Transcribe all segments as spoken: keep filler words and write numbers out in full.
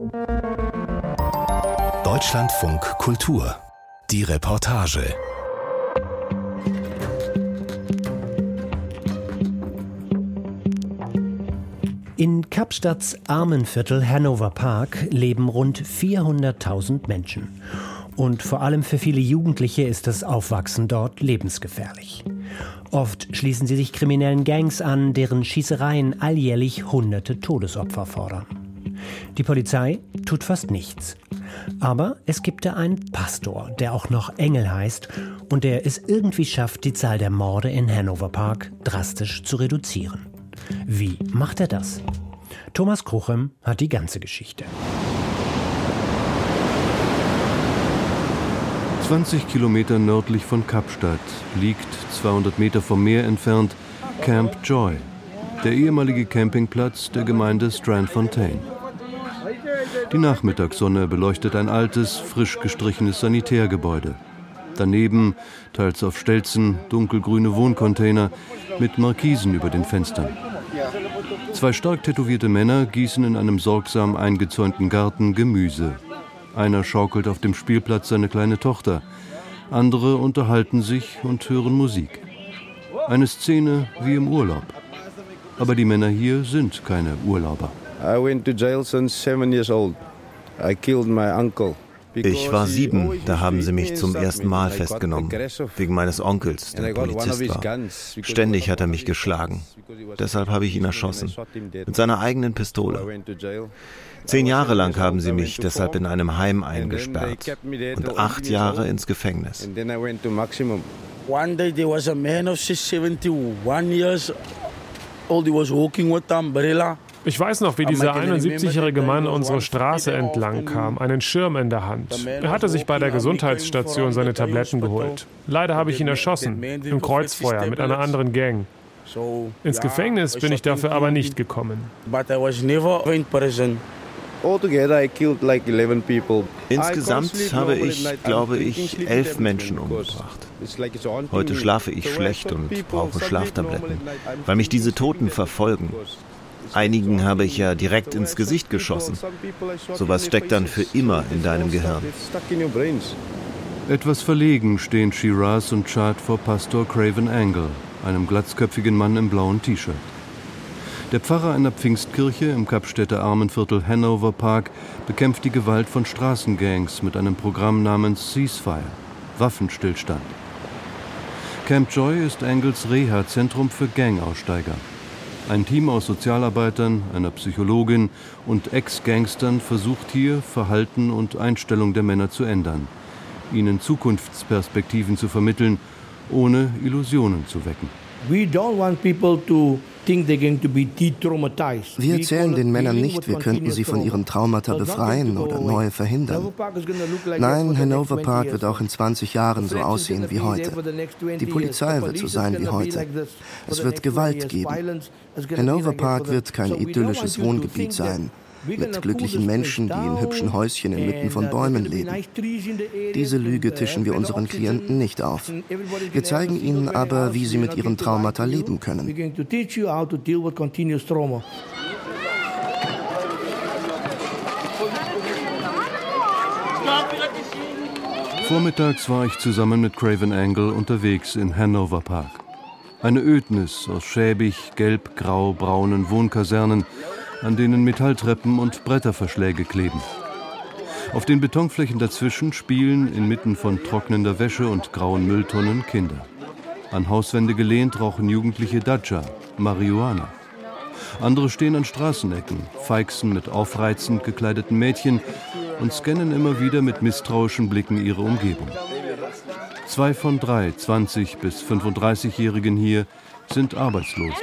Deutschlandfunk Kultur. Die Reportage. In Kapstadts Armenviertel Hanover Park leben rund vierhunderttausend Menschen. Und vor allem für viele Jugendliche ist das Aufwachsen dort lebensgefährlich. Oft schließen sie sich kriminellen Gangs an, deren Schießereien alljährlich hunderte Todesopfer fordern. Die Polizei tut fast nichts. Aber es gibt da einen Pastor, der auch noch Engel heißt und der es irgendwie schafft, die Zahl der Morde in Hanover Park drastisch zu reduzieren. Wie macht er das? Thomas Kruchem hat die ganze Geschichte. zwanzig Kilometer nördlich von Kapstadt liegt, zweihundert Meter vom Meer entfernt, Camp Joy, der ehemalige Campingplatz der Gemeinde Strandfontein. Die Nachmittagssonne beleuchtet ein altes, frisch gestrichenes Sanitärgebäude. Daneben, teils auf Stelzen, dunkelgrüne Wohncontainer mit Markisen über den Fenstern. Zwei stark tätowierte Männer gießen in einem sorgsam eingezäunten Garten Gemüse. Einer schaukelt auf dem Spielplatz seine kleine Tochter. Andere unterhalten sich und hören Musik. Eine Szene wie im Urlaub. Aber die Männer hier sind keine Urlauber. I went to jail since seven years old. I killed my uncle. Ich war sieben, da haben sie mich zum ersten Mal festgenommen, wegen meines Onkels, der Polizist war. Ständig hat er mich geschlagen. Deshalb habe ich ihn erschossen, mit seiner eigenen Pistole. Zehn Jahre lang haben sie mich deshalb in einem Heim eingesperrt und acht Jahre ins Gefängnis. One day there was a man of seventy-one years old, he was walking with an umbrella. Ich weiß noch, wie dieser einundsiebzigjährige Mann unsere Straße entlang kam, einen Schirm in der Hand. Er hatte sich bei der Gesundheitsstation seine Tabletten geholt. Leider habe ich ihn erschossen, im Kreuzfeuer mit einer anderen Gang. Ins Gefängnis bin ich dafür aber nicht gekommen. Insgesamt habe ich, glaube ich, elf Menschen umgebracht. Heute schlafe ich schlecht und brauche Schlaftabletten, weil mich diese Toten verfolgen. Einigen habe ich ja direkt ins Gesicht geschossen. Sowas steckt dann für immer in deinem Gehirn. Etwas verlegen stehen Shiraz und Chad vor Pastor Craven Angle, einem glatzköpfigen Mann im blauen T-Shirt. Der Pfarrer einer Pfingstkirche im Kapstädter Armenviertel Hanover Park bekämpft die Gewalt von Straßengangs mit einem Programm namens Ceasefire, Waffenstillstand. Camp Joy ist Angles Reha-Zentrum für Gangaussteiger. Ein Team aus Sozialarbeitern, einer Psychologin und Ex-Gangstern versucht hier, Verhalten und Einstellung der Männer zu ändern, ihnen Zukunftsperspektiven zu vermitteln, ohne Illusionen zu wecken. Wir erzählen den Männern nicht, wir könnten sie von ihren Traumata befreien oder neue verhindern. Nein, Hanover Park wird auch in zwanzig Jahren so aussehen wie heute. Die Polizei wird so sein wie heute. Es wird Gewalt geben. Hanover Park wird kein idyllisches Wohngebiet sein, mit glücklichen Menschen, die in hübschen Häuschen inmitten von Bäumen leben. Diese Lüge tischen wir unseren Klienten nicht auf. Wir zeigen ihnen aber, wie sie mit ihren Traumata leben können. Vormittags war ich zusammen mit Craven Angle unterwegs in Hanover Park. Eine Ödnis aus schäbig, gelb, grau, braunen Wohnkasernen, an denen Metalltreppen und Bretterverschläge kleben. Auf den Betonflächen dazwischen spielen inmitten von trocknender Wäsche und grauen Mülltonnen Kinder. An Hauswände gelehnt rauchen Jugendliche Dadscha, Marihuana. Andere stehen an Straßenecken, feixen mit aufreizend gekleideten Mädchen und scannen immer wieder mit misstrauischen Blicken ihre Umgebung. Zwei von drei zwanzig- bis fünfunddreißigjährigen hier sind arbeitslos.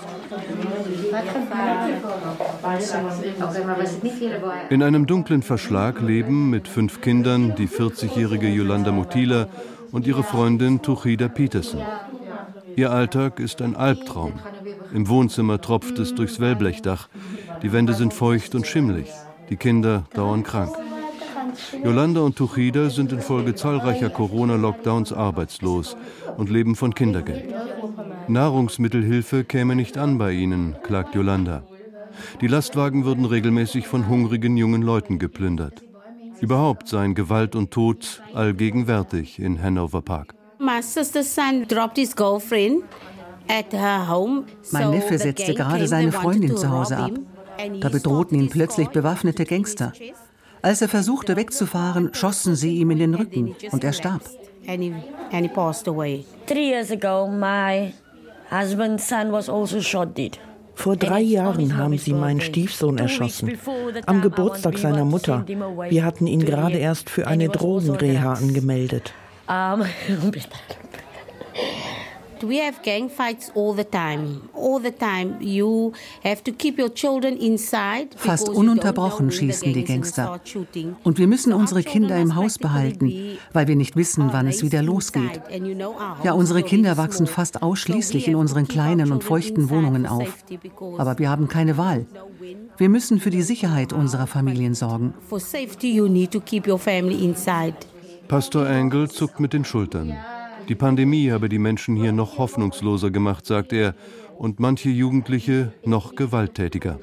In einem dunklen Verschlag leben mit fünf Kindern die vierzigjährige Yolanda Mutila und ihre Freundin Tuchida Peterson. Ihr Alltag ist ein Albtraum. Im Wohnzimmer tropft es durchs Wellblechdach. Die Wände sind feucht und schimmlig. Die Kinder dauern krank. Yolanda und Tuchida sind infolge zahlreicher Corona-Lockdowns arbeitslos und leben von Kindergeld. Nahrungsmittelhilfe käme nicht an bei ihnen, klagt Yolanda. Die Lastwagen würden regelmäßig von hungrigen jungen Leuten geplündert. Überhaupt seien Gewalt und Tod allgegenwärtig in Hanover Park. Mein Neffe setzte gerade seine Freundin zu Hause ab. Da bedrohten ihn plötzlich bewaffnete Gangster. Als er versuchte wegzufahren, schossen sie ihm in den Rücken und er starb. Vor drei Jahren haben sie meinen Stiefsohn erschossen, am Geburtstag seiner Mutter. Wir hatten ihn gerade erst für eine Drogenreha angemeldet. We have gang fights all the time. All the time. You have to keep your children inside. Fast ununterbrochen schießen die Gangster. Und wir müssen unsere Kinder im Haus behalten, weil wir nicht wissen, wann es wieder losgeht. Ja, unsere Kinder wachsen fast ausschließlich in unseren kleinen und feuchten Wohnungen auf. Aber wir haben keine Wahl. Wir müssen für die Sicherheit unserer Familien sorgen. For safety, you need to keep your family inside. Pastor Angle zuckt mit den Schultern. Die Pandemie habe die Menschen hier noch hoffnungsloser gemacht, sagt er, und manche Jugendliche noch gewalttätiger.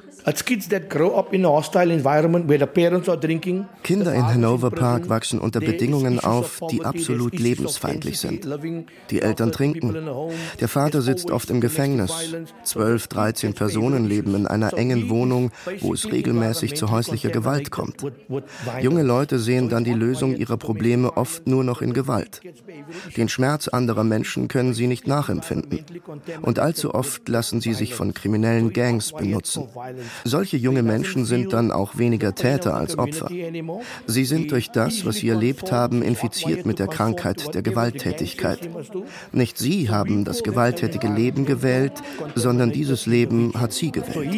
Kinder in Hanover Park wachsen unter Bedingungen auf, die absolut lebensfeindlich sind. Die Eltern trinken. Der Vater sitzt oft im Gefängnis. Zwölf, dreizehn Personen leben in einer engen Wohnung, wo es regelmäßig zu häuslicher Gewalt kommt. Junge Leute sehen dann die Lösung ihrer Probleme oft nur noch in Gewalt. Den Schmerz anderer Menschen können sie nicht nachempfinden. Und allzu oft lassen sie sich von kriminellen Gangs benutzen. Solche junge Menschen sind dann auch weniger Täter als Opfer. Sie sind durch das, was sie erlebt haben, infiziert mit der Krankheit der Gewalttätigkeit. Nicht sie haben das gewalttätige Leben gewählt, sondern dieses Leben hat sie gewählt.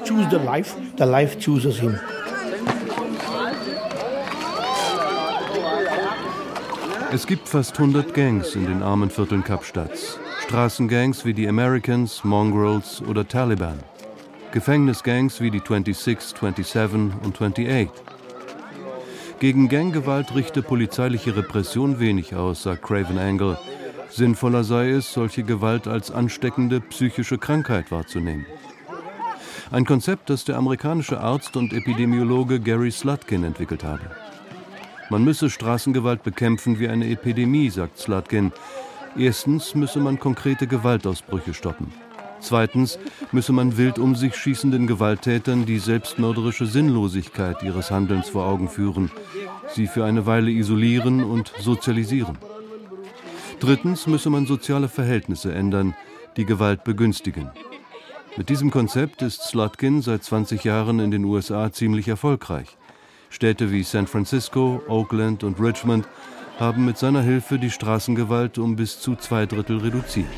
Es gibt fast hundert Gangs in den armen Vierteln Kapstadts. Straßengangs wie die Americans, Mongrels oder Taliban. Gefängnisgangs wie die sechsundzwanzig, siebenundzwanzig und achtundzwanzig. Gegen Ganggewalt richte polizeiliche Repression wenig aus, sagt Craven Angle. Sinnvoller sei es, solche Gewalt als ansteckende psychische Krankheit wahrzunehmen. Ein Konzept, das der amerikanische Arzt und Epidemiologe Gary Slutkin entwickelt habe. Man müsse Straßengewalt bekämpfen wie eine Epidemie, sagt Slutkin. Erstens müsse man konkrete Gewaltausbrüche stoppen. Zweitens müsse man wild um sich schießenden Gewalttätern die selbstmörderische Sinnlosigkeit ihres Handelns vor Augen führen, sie für eine Weile isolieren und sozialisieren. Drittens müsse man soziale Verhältnisse ändern, die Gewalt begünstigen. Mit diesem Konzept ist Slutkin seit zwanzig Jahren in den U S A ziemlich erfolgreich. Städte wie San Francisco, Oakland und Richmond haben mit seiner Hilfe die Straßengewalt um bis zu zwei Drittel reduziert.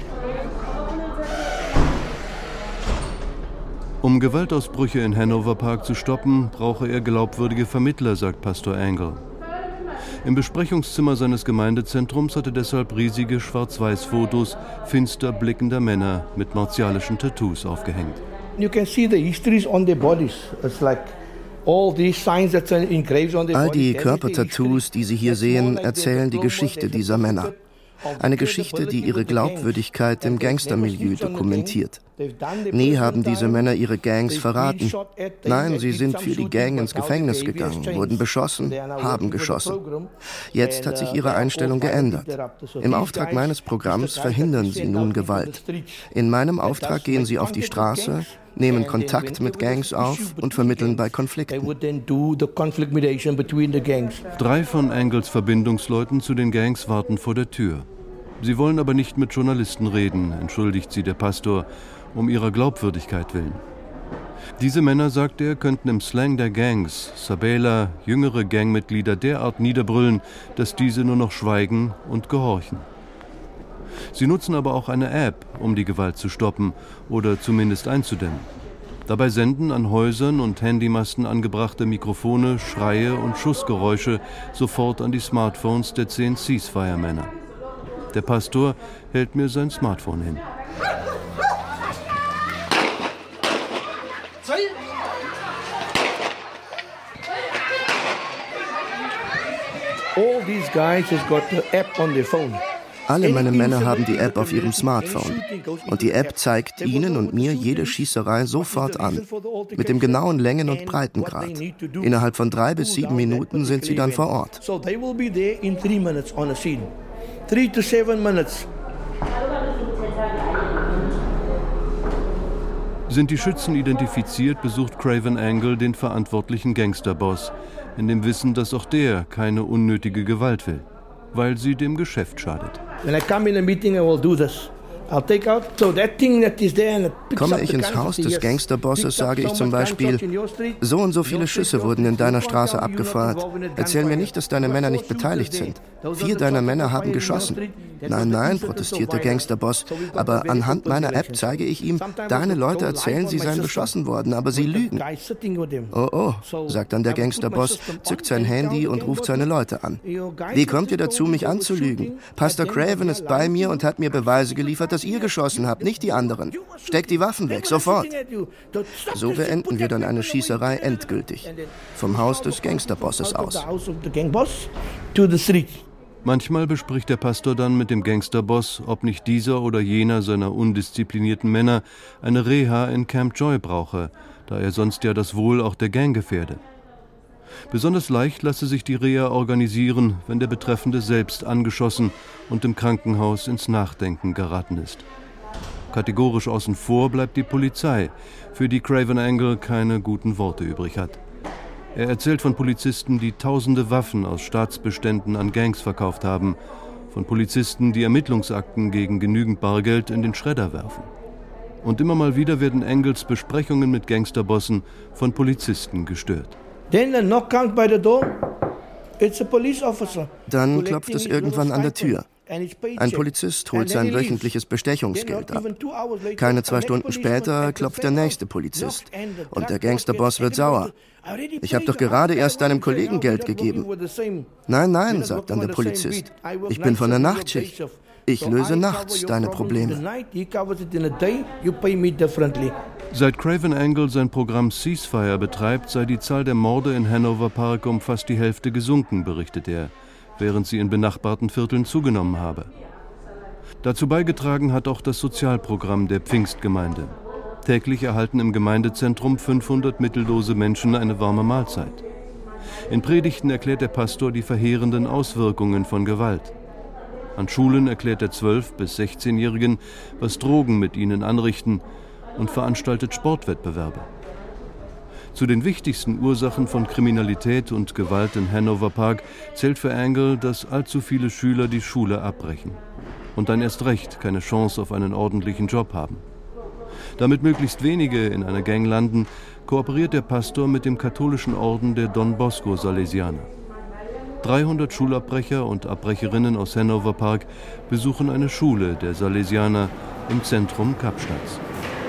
Um Gewaltausbrüche in Hanover Park zu stoppen, brauche er glaubwürdige Vermittler, sagt Pastor Angle. Im Besprechungszimmer seines Gemeindezentrums hat er deshalb riesige Schwarz-Weiß-Fotos finster blickender Männer mit martialischen Tattoos aufgehängt. You can see the histories on their bodies. It's like All die Körpertattoos, die Sie hier sehen, erzählen die Geschichte dieser Männer. Eine Geschichte, die ihre Glaubwürdigkeit im Gangstermilieu dokumentiert. Nie haben diese Männer ihre Gangs verraten. Nein, sie sind für die Gang ins Gefängnis gegangen, wurden beschossen, haben geschossen. Jetzt hat sich ihre Einstellung geändert. Im Auftrag meines Programms verhindern sie nun Gewalt. In meinem Auftrag gehen sie auf die Straße, nehmen Kontakt mit Gangs auf und vermitteln bei Konflikten. Drei von Angles Verbindungsleuten zu den Gangs warten vor der Tür. Sie wollen aber nicht mit Journalisten reden, entschuldigt sie der Pastor, um ihrer Glaubwürdigkeit willen. Diese Männer, sagt er, könnten im Slang der Gangs, Sabela, jüngere Gangmitglieder derart niederbrüllen, dass diese nur noch schweigen und gehorchen. Sie nutzen aber auch eine App, um die Gewalt zu stoppen oder zumindest einzudämmen. Dabei senden an Häusern und Handymasten angebrachte Mikrofone Schreie und Schussgeräusche sofort an die Smartphones der zehn Ceasefire-Männer. Der Pastor hält mir sein Smartphone hin. All these guys has got the app on their phone. Alle meine Männer haben die App auf ihrem Smartphone. Und die App zeigt ihnen und mir jede Schießerei sofort an. Mit dem genauen Längen- und Breitengrad. Innerhalb von drei bis sieben Minuten sind sie dann vor Ort. Sind die Schützen identifiziert, besucht Craven Angle den verantwortlichen Gangsterboss, in dem Wissen, dass auch der keine unnötige Gewalt will, weil sie dem Geschäft schadet. When I come in a meeting, I will do this. I'll take out so that thing that is there and it picks up the Komme ich ins Haus des Gangsterbosses, sage ich zum Beispiel, so und so viele Schüsse wurden in deiner Straße abgefeuert. Erzähl mir nicht, dass deine Männer nicht beteiligt sind. Vier deiner Männer haben geschossen. Nein, nein, protestiert der Gangsterboss, aber anhand meiner App zeige ich ihm, deine Leute erzählen, sie seien beschossen worden, aber sie lügen. Oh, oh, sagt dann der Gangsterboss, zückt sein Handy und ruft seine Leute an. Wie kommt ihr dazu, mich anzulügen? Pastor Craven ist bei mir und hat mir Beweise geliefert, dass ihr geschossen habt, nicht die anderen. Steckt die Waffen weg, sofort. So beenden wir dann eine Schießerei endgültig. Vom Haus des Gangsterbosses aus. Manchmal bespricht der Pastor dann mit dem Gangsterboss, ob nicht dieser oder jener seiner undisziplinierten Männer eine Reha in Camp Joy brauche, da er sonst ja das Wohl auch der Gang gefährde. Besonders leicht lasse sich die Reha organisieren, wenn der Betreffende selbst angeschossen und im Krankenhaus ins Nachdenken geraten ist. Kategorisch außen vor bleibt die Polizei, für die Craven Angle keine guten Worte übrig hat. Er erzählt von Polizisten, die tausende Waffen aus Staatsbeständen an Gangs verkauft haben, von Polizisten, die Ermittlungsakten gegen genügend Bargeld in den Schredder werfen. Und immer mal wieder werden Angles Besprechungen mit Gangsterbossen von Polizisten gestört. Dann klopft es irgendwann an der Tür. Ein Polizist holt sein wöchentliches Bestechungsgeld ab. Keine zwei Stunden später klopft der nächste Polizist. Und der Gangsterboss wird sauer. Ich habe doch gerade erst deinem Kollegen Geld gegeben. Nein, nein, sagt dann der Polizist. Ich bin von der Nachtschicht. Ich löse nachts deine Probleme. Seit Craven Angle sein Programm Ceasefire betreibt, sei die Zahl der Morde in Hanover Park um fast die Hälfte gesunken, berichtet er, während sie in benachbarten Vierteln zugenommen habe. Dazu beigetragen hat auch das Sozialprogramm der Pfingstgemeinde. Täglich erhalten im Gemeindezentrum fünfhundert mittellose Menschen eine warme Mahlzeit. In Predigten erklärt der Pastor die verheerenden Auswirkungen von Gewalt. An Schulen erklärt der zwölf- bis sechzehnjährigen, was Drogen mit ihnen anrichten, und veranstaltet Sportwettbewerbe. Zu den wichtigsten Ursachen von Kriminalität und Gewalt in Hanover Park zählt für Angle, dass allzu viele Schüler die Schule abbrechen und dann erst recht keine Chance auf einen ordentlichen Job haben. Damit möglichst wenige in einer Gang landen, kooperiert der Pastor mit dem katholischen Orden der Don Bosco Salesianer. dreihundert Schulabbrecher und Abbrecherinnen aus Hanover Park besuchen eine Schule der Salesianer im Zentrum Kapstadts.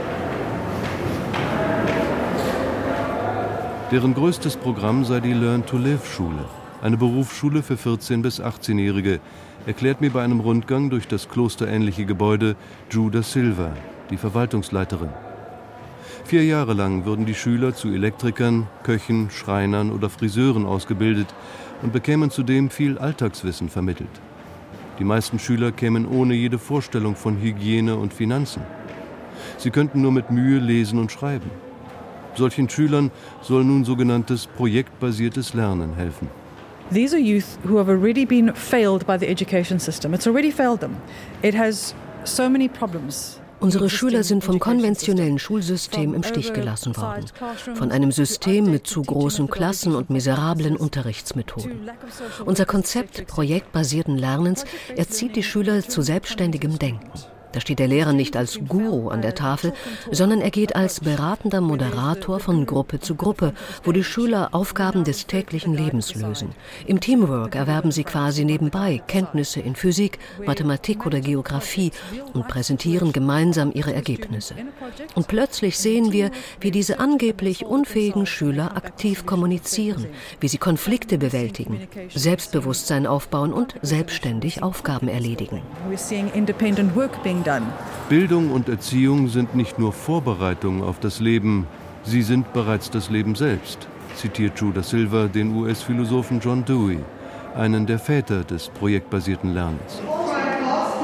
Deren größtes Programm sei die Learn-to-Live-Schule, eine Berufsschule für vierzehn- bis achtzehnjährige, erklärt mir bei einem Rundgang durch das klosterähnliche Gebäude Ju da Silva, die Verwaltungsleiterin. Vier Jahre lang würden die Schüler zu Elektrikern, Köchen, Schreinern oder Friseuren ausgebildet und bekämen zudem viel Alltagswissen vermittelt. Die meisten Schüler kämen ohne jede Vorstellung von Hygiene und Finanzen. Sie könnten nur mit Mühe lesen und schreiben. Solchen Schülern soll nun sogenanntes projektbasiertes Lernen helfen. These are youth who have already been failed by the education system. It's already failed them. It has so many problems. Unsere Schüler sind vom konventionellen Schulsystem im Stich gelassen worden. Von einem System mit zu großen Klassen und miserablen Unterrichtsmethoden. Unser Konzept projektbasierten Lernens erzieht die Schüler zu selbstständigem Denken. Da steht der Lehrer nicht als Guru an der Tafel, sondern er geht als beratender Moderator von Gruppe zu Gruppe, wo die Schüler Aufgaben des täglichen Lebens lösen. Im Teamwork erwerben sie quasi nebenbei Kenntnisse in Physik, Mathematik oder Geografie und präsentieren gemeinsam ihre Ergebnisse. Und plötzlich sehen wir, wie diese angeblich unfähigen Schüler aktiv kommunizieren, wie sie Konflikte bewältigen, Selbstbewusstsein aufbauen und selbstständig Aufgaben erledigen. Bildung und Erziehung sind nicht nur Vorbereitung auf das Leben, sie sind bereits das Leben selbst, zitiert Ju da Silva den U S-Philosophen John Dewey, einen der Väter des projektbasierten Lernens.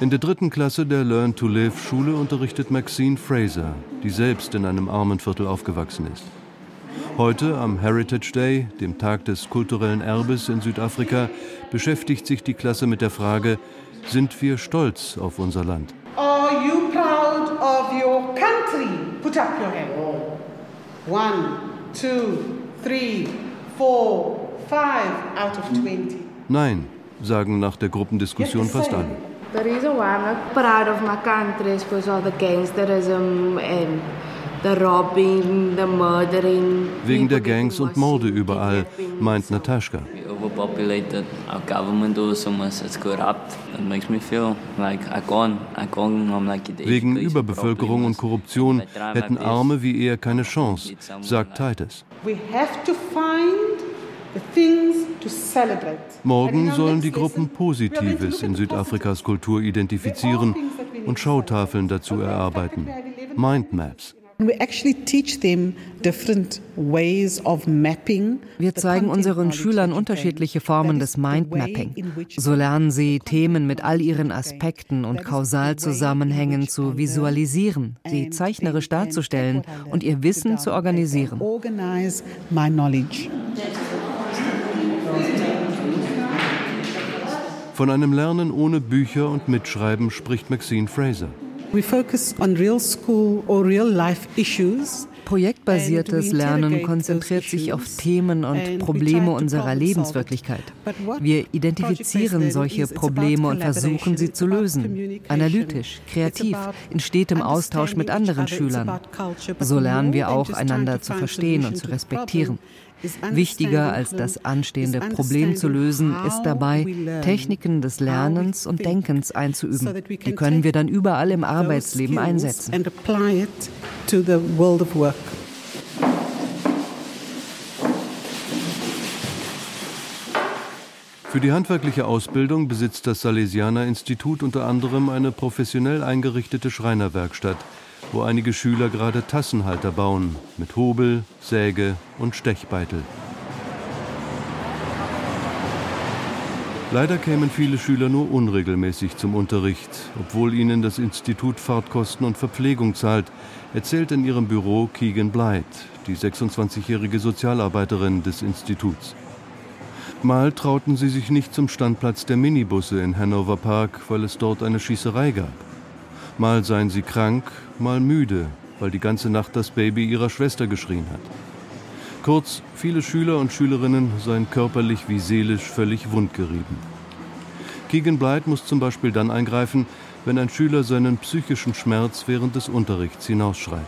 In der dritten Klasse der Learn-to-Live-Schule unterrichtet Maxine Fraser, die selbst in einem Armenviertel aufgewachsen ist. Heute, am Heritage Day, dem Tag des kulturellen Erbes in Südafrika, beschäftigt sich die Klasse mit der Frage: Sind wir stolz auf unser Land? Are you proud of your country? Put up your hand. One, two, three, four, five out of twenty. Nein, sagen nach der Gruppendiskussion fast alle. The reason why I'm not proud of my country is because of the gangsterism and the robbing, the murdering. Wegen der Gangs und Morde überall, meint Natascha. Overpopulated, our government also much is corrupt. It makes me feel like I can't, I can't, I'm like the Wegen Überbevölkerung und Korruption hätten Arme wie er keine Chance, sagt Titus. We have to find the things to celebrate. Morgen sollen die Gruppen Positives in Südafrikas Kultur identifizieren und Schautafeln dazu erarbeiten. Mindmaps. Wir zeigen unseren Schülern unterschiedliche Formen des Mindmapping. So lernen sie, Themen mit all ihren Aspekten und Kausalzusammenhängen zu visualisieren, sie zeichnerisch darzustellen und ihr Wissen zu organisieren. Von einem Lernen ohne Bücher und Mitschreiben spricht Maxine Fraser. We focus on real school or real life issues. Projektbasiertes Lernen konzentriert sich auf Themen und Probleme unserer Lebenswirklichkeit. Wir identifizieren solche Probleme und versuchen, sie zu lösen. Analytisch, kreativ, in stetem Austausch mit anderen Schülern. So lernen wir auch, einander zu verstehen und zu respektieren. Wichtiger als das anstehende Problem zu lösen, ist dabei, Techniken des Lernens und Denkens einzuüben. Die können wir dann überall im Arbeitsleben einsetzen. Für die handwerkliche Ausbildung besitzt das Salesianer-Institut unter anderem eine professionell eingerichtete Schreinerwerkstatt, wo einige Schüler gerade Tassenhalter bauen, mit Hobel, Säge und Stechbeitel. Leider kämen viele Schüler nur unregelmäßig zum Unterricht, obwohl ihnen das Institut Fahrtkosten und Verpflegung zahlt, erzählt in ihrem Büro Keegan Blythe, die sechsundzwanzigjährige Sozialarbeiterin des Instituts. Mal trauten sie sich nicht zum Standplatz der Minibusse in Hanover Park, weil es dort eine Schießerei gab. Mal seien sie krank, mal müde, weil die ganze Nacht das Baby ihrer Schwester geschrien hat. Kurz, viele Schüler und Schülerinnen seien körperlich wie seelisch völlig wundgerieben. Keegan Blythe muss zum Beispiel dann eingreifen, wenn ein Schüler seinen psychischen Schmerz während des Unterrichts hinausschreit.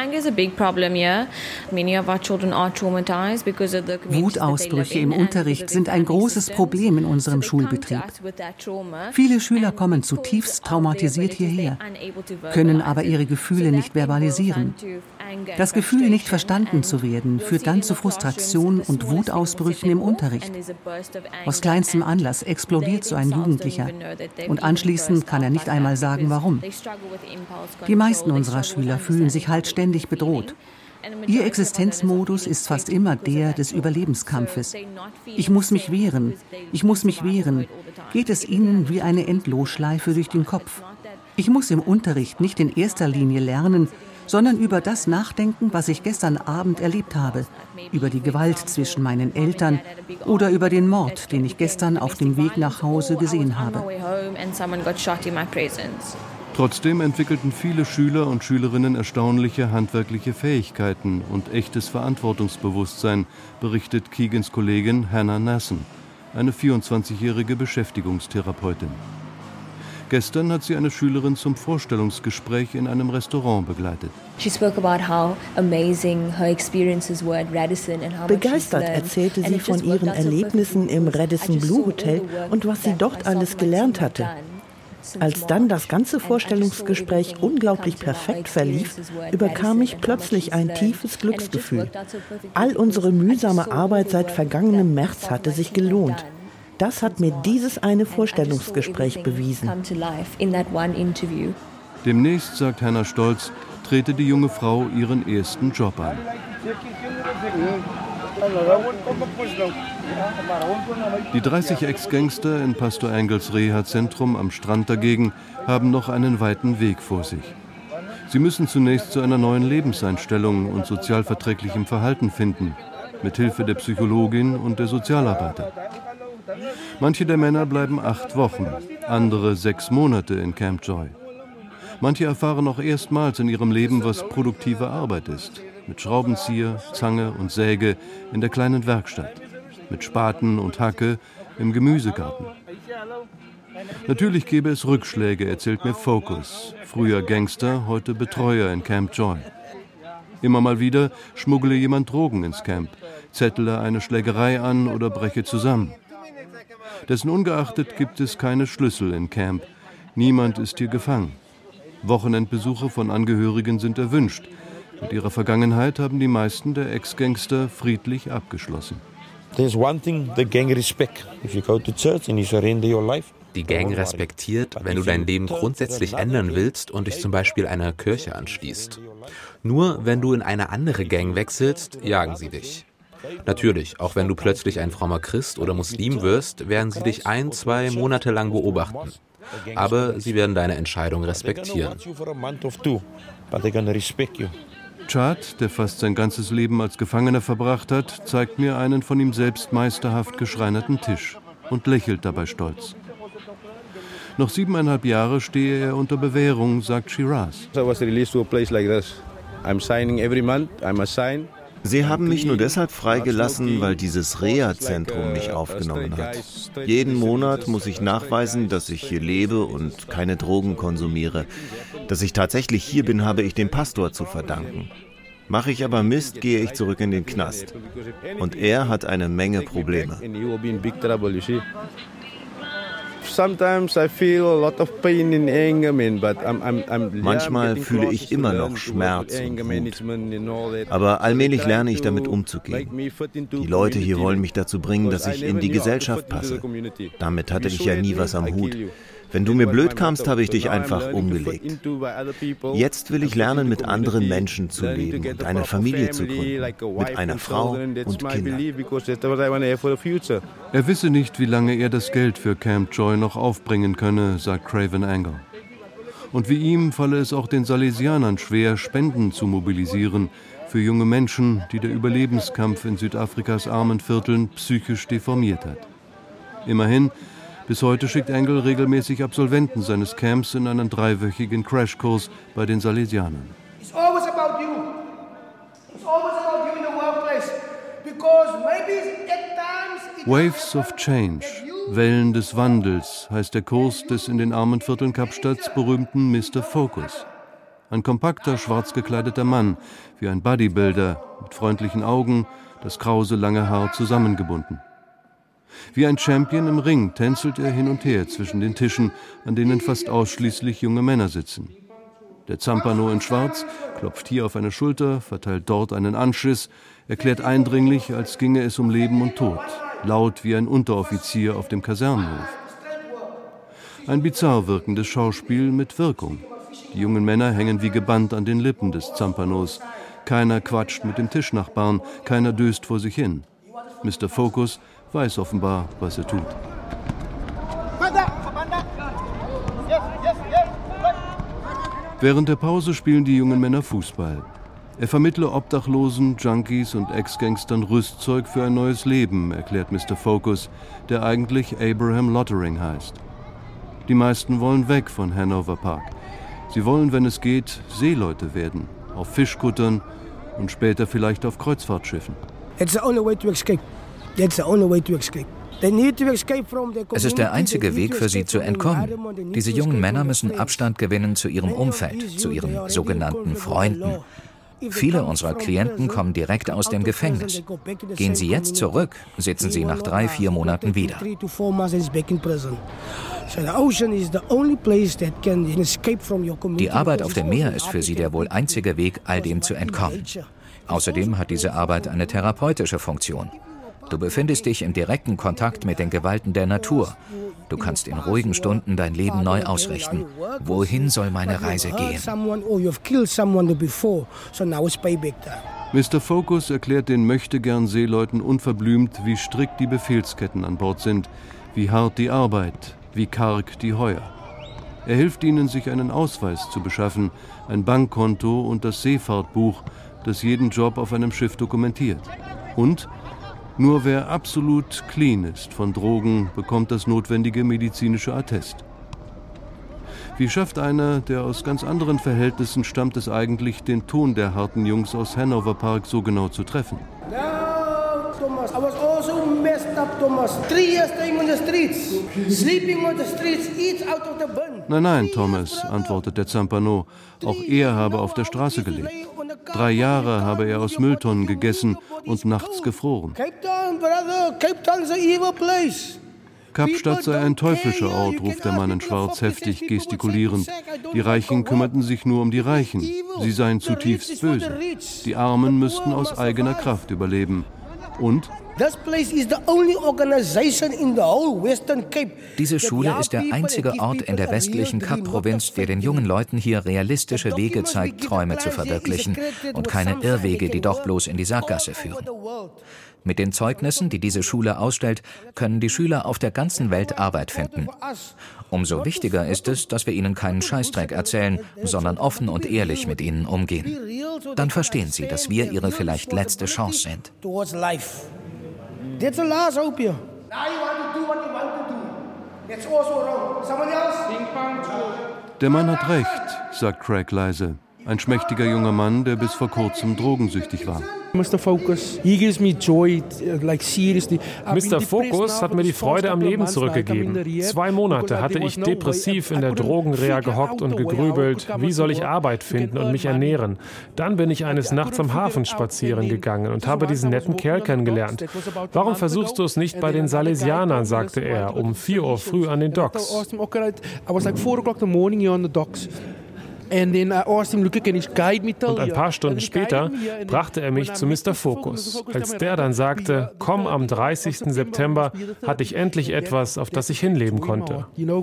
Wutausbrüche im Unterricht sind ein großes Problem in unserem Schulbetrieb. Viele Schüler kommen zutiefst traumatisiert hierher, können aber ihre Gefühle nicht verbalisieren. Das Gefühl, nicht verstanden zu werden, führt dann zu Frustration und Wutausbrüchen im Unterricht. Aus kleinstem Anlass explodiert so ein Jugendlicher und anschließend kann er nicht einmal sagen, warum. Die meisten unserer Schüler fühlen sich halt ständig bedroht. Ihr Existenzmodus ist fast immer der des Überlebenskampfes. Ich muss mich wehren, ich muss mich wehren. Geht es ihnen wie eine Endlosschleife durch den Kopf. Ich muss im Unterricht nicht in erster Linie lernen, sondern über das nachdenken, was ich gestern Abend erlebt habe, über die Gewalt zwischen meinen Eltern oder über den Mord, den ich gestern auf dem Weg nach Hause gesehen habe. Trotzdem entwickelten viele Schüler und Schülerinnen erstaunliche handwerkliche Fähigkeiten und echtes Verantwortungsbewusstsein, berichtet Keegans Kollegin Hannah Nasson, eine vierundzwanzigjährige Beschäftigungstherapeutin. Gestern hat sie eine Schülerin zum Vorstellungsgespräch in einem Restaurant begleitet. Begeistert erzählte sie von ihren Erlebnissen im Radisson Blu Hotel und was sie dort alles gelernt hatte. Als dann das ganze Vorstellungsgespräch unglaublich perfekt verlief, überkam mich plötzlich ein tiefes Glücksgefühl. All unsere mühsame Arbeit seit vergangenem März hatte sich gelohnt. Das hat mir dieses eine Vorstellungsgespräch bewiesen. Demnächst, sagt Hannah stolz, trete die junge Frau ihren ersten Job an. Die dreißig Ex-Gangster in Pastor Angles Reha-Zentrum am Strand dagegen haben noch einen weiten Weg vor sich. Sie müssen zunächst zu einer neuen Lebenseinstellung und sozialverträglichem Verhalten finden, mit Hilfe der Psychologin und der Sozialarbeiter. Manche der Männer bleiben acht Wochen, andere sechs Monate in Camp Joy. Manche erfahren auch erstmals in ihrem Leben, was produktive Arbeit ist. Mit Schraubenzieher, Zange und Säge in der kleinen Werkstatt. Mit Spaten und Hacke im Gemüsegarten. Natürlich gäbe es Rückschläge, erzählt mir Focus. Früher Gangster, heute Betreuer in Camp Joy. Immer mal wieder schmuggle jemand Drogen ins Camp, zettle eine Schlägerei an oder breche zusammen. Dessen ungeachtet gibt es keine Schlüssel in Camp. Niemand ist hier gefangen. Wochenendbesuche von Angehörigen sind erwünscht. Mit ihrer Vergangenheit haben die meisten der Ex-Gangster friedlich abgeschlossen. Die Gang respektiert, wenn du dein Leben grundsätzlich ändern willst und dich zum Beispiel einer Kirche anschließt. Nur wenn du in eine andere Gang wechselst, jagen sie dich. Natürlich, auch wenn du plötzlich ein frommer Christ oder Muslim wirst, werden sie dich ein, zwei Monate lang beobachten. Aber sie werden deine Entscheidung respektieren. Chad, der fast sein ganzes Leben als Gefangener verbracht hat, zeigt mir einen von ihm selbst meisterhaft geschreinerten Tisch und lächelt dabei stolz. Noch siebeneinhalb Jahre stehe er unter Bewährung, sagt Shiraz. Sie haben mich nur deshalb freigelassen, weil dieses Reha-Zentrum mich aufgenommen hat. Jeden Monat muss ich nachweisen, dass ich hier lebe und keine Drogen konsumiere. Dass ich tatsächlich hier bin, habe ich dem Pastor zu verdanken. Mache ich aber Mist, gehe ich zurück in den Knast. Und er hat eine Menge Probleme. Manchmal fühle ich immer noch Schmerz und Wut. Aber allmählich lerne ich damit umzugehen. Die Leute hier wollen mich dazu bringen, dass ich in die Gesellschaft passe. Damit hatte ich ja nie was am Hut. Wenn du mir blöd kamst, habe ich dich einfach umgelegt. Jetzt will ich lernen, mit anderen Menschen zu leben und eine Familie zu gründen, mit einer Frau und Kindern. Er wisse nicht, wie lange er das Geld für Camp Joy noch aufbringen könne, sagt Craven Angle. Und wie ihm falle es auch den Salesianern schwer, Spenden zu mobilisieren für junge Menschen, die der Überlebenskampf in Südafrikas armen Vierteln psychisch deformiert hat. Immerhin, bis heute schickt Angle regelmäßig Absolventen seines Camps in einen dreiwöchigen Crashkurs bei den Salesianern. It's always about you. It's always about you in the workplace. Because maybe at times Waves of Change, Wellen des Wandels, heißt der Kurs des in den armen Vierteln Kapstadts berühmten Mister Focus. Ein kompakter, schwarz gekleideter Mann, wie ein Bodybuilder, mit freundlichen Augen, das krause, lange Haar zusammengebunden. Wie ein Champion im Ring tänzelt er hin und her zwischen den Tischen, an denen fast ausschließlich junge Männer sitzen. Der Zampano in Schwarz klopft hier auf eine Schulter, verteilt dort einen Anschiss, erklärt eindringlich, als ginge es um Leben und Tod, laut wie ein Unteroffizier auf dem Kasernenhof. Ein bizarr wirkendes Schauspiel mit Wirkung. Die jungen Männer hängen wie gebannt an den Lippen des Zampanos. Keiner quatscht mit dem Tischnachbarn, keiner döst vor sich hin. Mister Focus weiß offenbar, was er tut. Während der Pause spielen die jungen Männer Fußball. Er vermittle Obdachlosen, Junkies und Ex-Gangstern Rüstzeug für ein neues Leben, erklärt Mister Focus, der eigentlich Abraham Lottering heißt. Die meisten wollen weg von Hanover Park. Sie wollen, wenn es geht, Seeleute werden, auf Fischkuttern und später vielleicht auf Kreuzfahrtschiffen. It's the only way to escape. It's the only way to escape. Es ist der einzige Weg für sie zu entkommen. Diese jungen Männer müssen Abstand gewinnen zu ihrem Umfeld, zu ihren sogenannten Freunden. Viele unserer Klienten kommen direkt aus dem Gefängnis. Gehen sie jetzt zurück, sitzen sie nach drei, vier Monaten wieder. Die Arbeit auf dem Meer ist für sie der wohl einzige Weg, all dem zu entkommen. Außerdem hat diese Arbeit eine therapeutische Funktion. Du befindest dich im direkten Kontakt mit den Gewalten der Natur. Du kannst in ruhigen Stunden dein Leben neu ausrichten. Wohin soll meine Reise gehen? Mister Focus erklärt den Möchtegern-Seeleuten unverblümt, wie strikt die Befehlsketten an Bord sind, wie hart die Arbeit, wie karg die Heuer. Er hilft ihnen, sich einen Ausweis zu beschaffen, ein Bankkonto und das Seefahrtbuch, das jeden Job auf einem Schiff dokumentiert. Und nur wer absolut clean ist von Drogen, bekommt das notwendige medizinische Attest. Wie schafft einer, der aus ganz anderen Verhältnissen stammt, es eigentlich, den Ton der harten Jungs aus Hanover Park so genau zu treffen? No, Thomas, I was also messed up, Thomas. Three years staying on the streets, sleeping on the streets, eat out of the bin. Nein, nein, Thomas, antwortet der Zampano. Auch er habe auf der Straße gelebt. Drei Jahre habe er aus Mülltonnen gegessen und nachts gefroren. Cape Town, brother, Cape Town's an evil place. Kapstadt sei ein teuflischer Ort, ruft der Mann in Schwarz heftig gestikulierend. Die Reichen kümmerten sich nur um die Reichen. Sie seien zutiefst böse. Die Armen müssten aus eigener Kraft überleben. Und? Diese Schule ist der einzige Ort in der westlichen Kap-Provinz, der den jungen Leuten hier realistische Wege zeigt, Träume zu verwirklichen und keine Irrwege, die doch bloß in die Sackgasse führen. Mit den Zeugnissen, die diese Schule ausstellt, können die Schüler auf der ganzen Welt Arbeit finden. Umso wichtiger ist es, dass wir ihnen keinen Scheißdreck erzählen, sondern offen und ehrlich mit ihnen umgehen. Dann verstehen sie, dass wir ihre vielleicht letzte Chance sind. That's the last hope here. Now you want to do what you want to do. That's also wrong. Someone else? Der Mann hat recht, sagt Craig leise. Ein schmächtiger junger Mann, der bis vor kurzem drogensüchtig war. Mister Focus, he gives me joy, like seriously. Mister Focus hat mir die Freude am Leben zurückgegeben. Zwei Monate hatte ich depressiv in der Drogenreha gehockt und gegrübelt, wie soll ich Arbeit finden und mich ernähren. Dann bin ich eines Nachts am Hafen spazieren gegangen und habe diesen netten Kerl kennengelernt. Warum versuchst du es nicht bei den Salesianern, sagte er, um vier Uhr früh an den Docks. Und ein paar Stunden später brachte er mich zu Mister Focus. Als der dann sagte, komm am dreißigsten September, hatte ich endlich etwas, auf das ich hinleben konnte.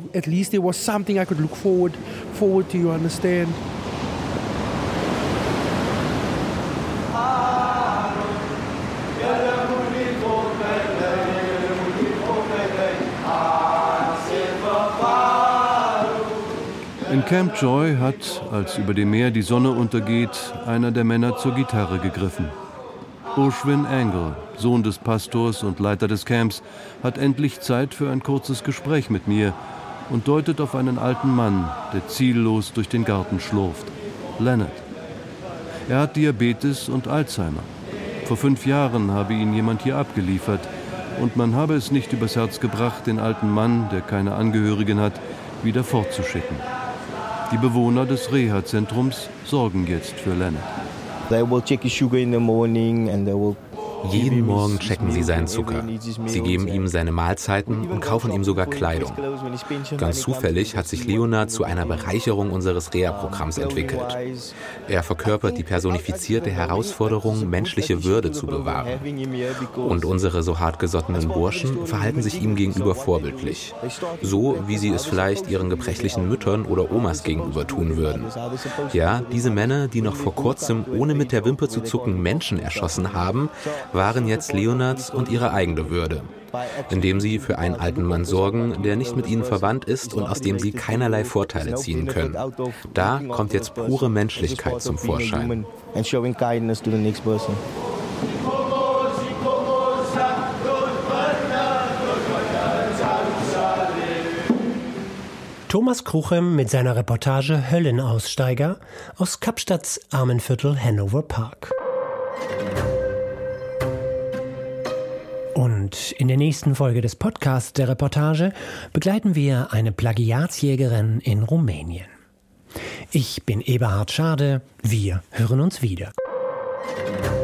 In Camp Joy hat, als über dem Meer die Sonne untergeht, einer der Männer zur Gitarre gegriffen. Ushwin Angle, Sohn des Pastors und Leiter des Camps, hat endlich Zeit für ein kurzes Gespräch mit mir und deutet auf einen alten Mann, der ziellos durch den Garten schlurft. Leonard. Er hat Diabetes und Alzheimer. Vor fünf Jahren habe ihn jemand hier abgeliefert und man habe es nicht übers Herz gebracht, den alten Mann, der keine Angehörigen hat, wieder fortzuschicken. Die Bewohner des Reha-Zentrums sorgen jetzt für Leonard. Jeden Morgen checken sie seinen Zucker. Sie geben ihm seine Mahlzeiten und kaufen ihm sogar Kleidung. Ganz zufällig hat sich Leonard zu einer Bereicherung unseres Reha-Programms entwickelt. Er verkörpert die personifizierte Herausforderung, menschliche Würde zu bewahren. Und unsere so hartgesottenen Burschen verhalten sich ihm gegenüber vorbildlich. So, wie sie es vielleicht ihren gebrechlichen Müttern oder Omas gegenüber tun würden. Ja, diese Männer, die noch vor kurzem, ohne mit der Wimper zu zucken, Menschen erschossen haben, waren jetzt Leonards und ihre eigene Würde, indem sie für einen alten Mann sorgen, der nicht mit ihnen verwandt ist und aus dem sie keinerlei Vorteile ziehen können. Da kommt jetzt pure Menschlichkeit zum Vorschein. Thomas Kruchem mit seiner Reportage Höllenaussteiger aus Kapstadts Armenviertel Hanover Park. Und in der nächsten Folge des Podcasts der Reportage begleiten wir eine Plagiatsjägerin in Rumänien. Ich bin Eberhard Schade, wir hören uns wieder.